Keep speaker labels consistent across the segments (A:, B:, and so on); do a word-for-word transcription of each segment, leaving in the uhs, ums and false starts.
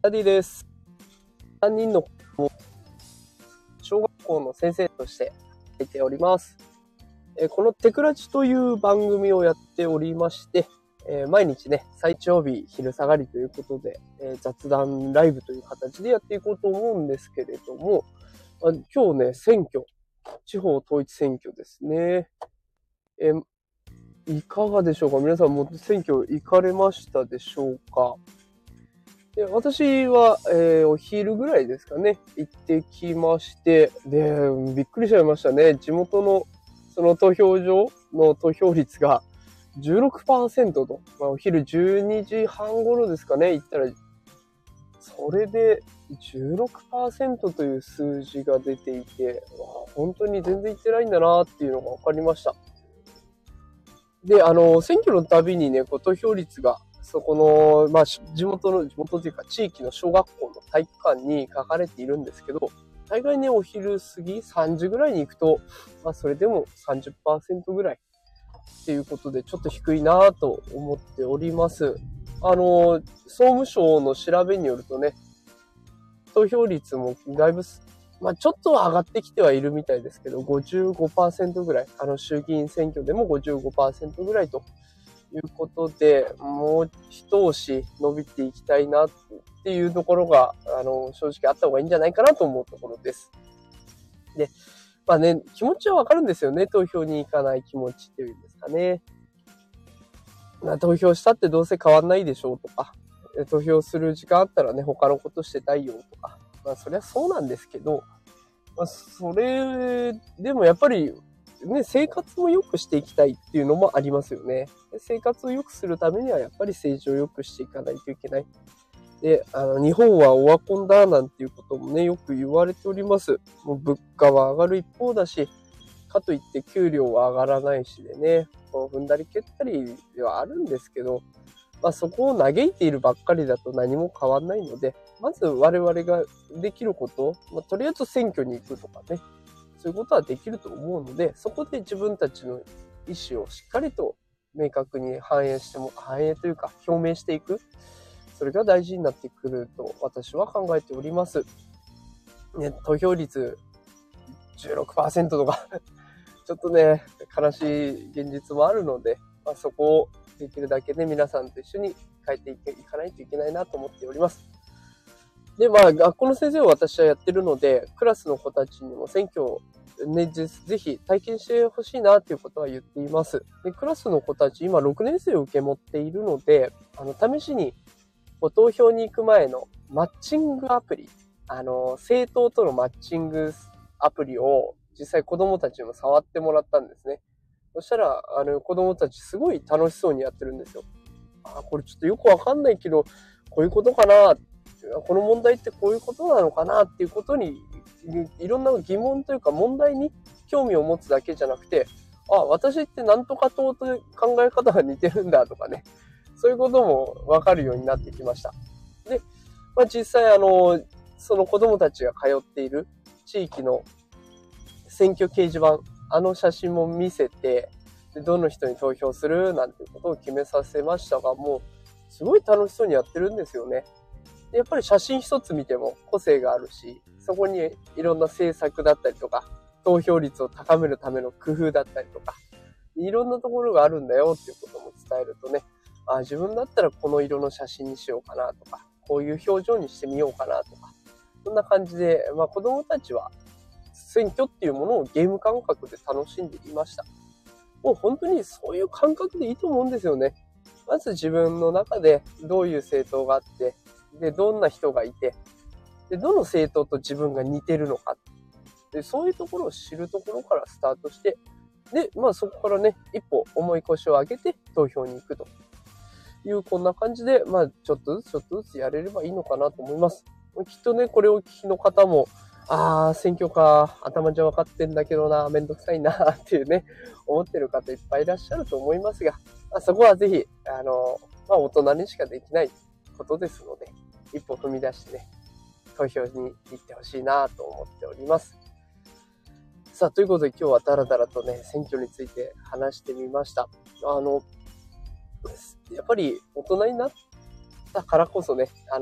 A: ダディです。さんにんの子を小学校の先生としてやっております。えー、このテクラジという番組をやっておりまして、えー、毎日ね、最長日昼下がりということで、えー、雑談ライブという形でやっていこうと思うんですけれども、あ今日ね、選挙、地方統一選挙ですね。えー、いかがでしょうか？皆さんも選挙行かれましたでしょうか？で私は、えー、お昼ぐらいですかね、行ってきまして、で、びっくりしちゃいましたね。地元のその投票所の投票率が じゅうろくパーセント と、まあ、お昼じゅうにじはん頃ですかね、行ったら、それで じゅうろくパーセント という数字が出ていて、本当に全然行ってないんだなっていうのが分かりました。で、あの、選挙のたびにね、こう投票率がそこの、まあ、地元の、地元というか地域の小学校の体育館に書かれているんですけど、大概ね、お昼過ぎさんじぐらいに行くと、まあ、それでも さんじゅっパーセント ぐらいっていうことで、ちょっと低いなぁと思っております。あの、総務省の調べによるとね、投票率もだいぶ、まあ、ちょっとは上がってきてはいるみたいですけど、ごじゅうごパーセント ぐらい、あの衆議院選挙でも ごじゅうごパーセント ぐらいと、いうことで、もう一押し伸びていきたいなっていうところが、あの、正直あった方がいいんじゃないかなと思うところです。で、まあね、気持ちはわかるんですよね。投票に行かない気持ちっていうんですかね。まあ、投票したってどうせ変わんないでしょうとか、投票する時間あったらね、他のことしてたいよとか、まあ、そりゃそうなんですけど、まあ、それでもやっぱり、ね、生活も良くしていきたいっていうのもありますよね。生活を良くするためにはやっぱり政治を良くしていかないといけない。で、あの、日本はオワコンだなんていうこともね、よく言われております。もう物価は上がる一方だし、かといって給料は上がらないしでね、こう踏んだり蹴ったりではあるんですけど、まあそこを嘆いているばっかりだと何も変わんないので、まず我々ができること、まあ、とりあえず選挙に行くとかね、そういうことはできると思うので、そこで自分たちの意思をしっかりと明確に反映しても、反映というか表明していく。それが大事になってくると私は考えております。ね、投票率 じゅうろくパーセント とか、ちょっとね、悲しい現実もあるので、まあ、そこをできるだけね、皆さんと一緒に変えていかないといけないなと思っております。で、まあ、学校の先生を私はやってるので、クラスの子たちにも選挙をね、ぜひ体験してほしいなということは言っています。で、クラスの子たち、今ろくねん生を受け持っているので、あの、試しに、投票に行く前のマッチングアプリ、あの、政党とのマッチングアプリを実際子供たちにも触ってもらったんですね。そしたら、あの、子供たちすごい楽しそうにやってるんですよ。あ、これちょっとよくわかんないけど、こういうことかな、この問題ってこういうことなのかなっていうことに、いろんな疑問というか問題に興味を持つだけじゃなくて、あ、私ってなんとか党と考え方が似てるんだとかね、そういうこともわかるようになってきました。で、まあ、実際あの、その子供たちが通っている地域の選挙掲示板、あの写真も見せて、でどの人に投票するなんていうことを決めさせましたが、もうすごい楽しそうにやってるんですよね。でやっぱり写真一つ見ても個性があるし、そこにいろんな政策だったりとか、投票率を高めるための工夫だったりとか、いろんなところがあるんだよっていうことも伝えるとね、あ、自分だったらこの色の写真にしようかなとか、こういう表情にしてみようかなとか、そんな感じで、まあ子供たちは選挙っていうものをゲーム感覚で楽しんでいました。もう本当にそういう感覚でいいと思うんですよね。まず自分の中でどういう政党があって、で、どんな人がいて、で、どの政党と自分が似てるのか。で、そういうところを知るところからスタートして、で、まあそこからね、一歩重い腰を上げて投票に行くという、こんな感じで、まあちょっとずつちょっとずつやれればいいのかなと思います。きっとね、これをお聞きの方も、あー、選挙か、頭じゃ分かってんだけどな、めんどくさいな、っていうね、思ってる方いっぱいいらっしゃると思いますが、まあ、そこはぜひ、あの、まあ大人にしかできないことですので、一歩踏み出してね、投票に行ってほしいなと思っております。さあ、ということで今日はダラダラとね、選挙について話してみました。あの、やっぱり大人になったからこそね、あの、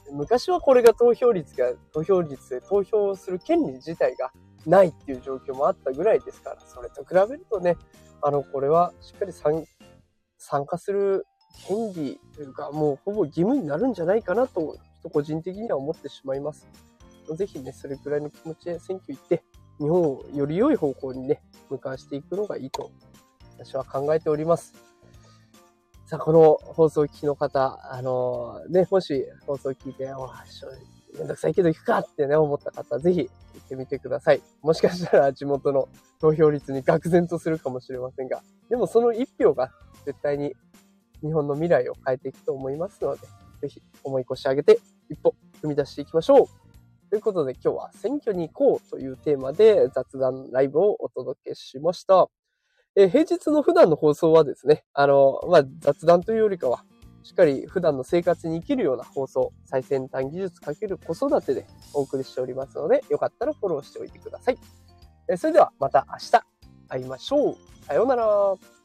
A: 昔はこれが投票率が、投票率で投票する権利自体がないっていう状況もあったぐらいですから、それと比べるとね、あの、これはしっかり参参加する権利というか、もうほぼ義務になるんじゃないかなと、ちょっと個人的には思ってしまいます。ぜひね、それくらいの気持ちで選挙行って、日本をより良い方向にね、向かわしていくのがいいと、私は考えております。さあ、この放送を聞きの方、あのー、ね、もし放送を聞いて、おめんどくさいけど行くかってね、思った方、ぜひ行ってみてください。もしかしたら地元の投票率に愕然とするかもしれませんが、でもその一票が絶対に日本の未来を変えていくと思いますので、ぜひ思い越し上げて一歩踏み出していきましょう。ということで今日は選挙に行こうというテーマで雑談ライブをお届けしました。えー、平日の普段の放送はですね、あの、まあ、雑談というよりかは、しっかり普段の生活に生きるような放送、最先端技術×子育てでお送りしておりますので、よかったらフォローしておいてください。えー、それではまた明日会いましょう。さようなら。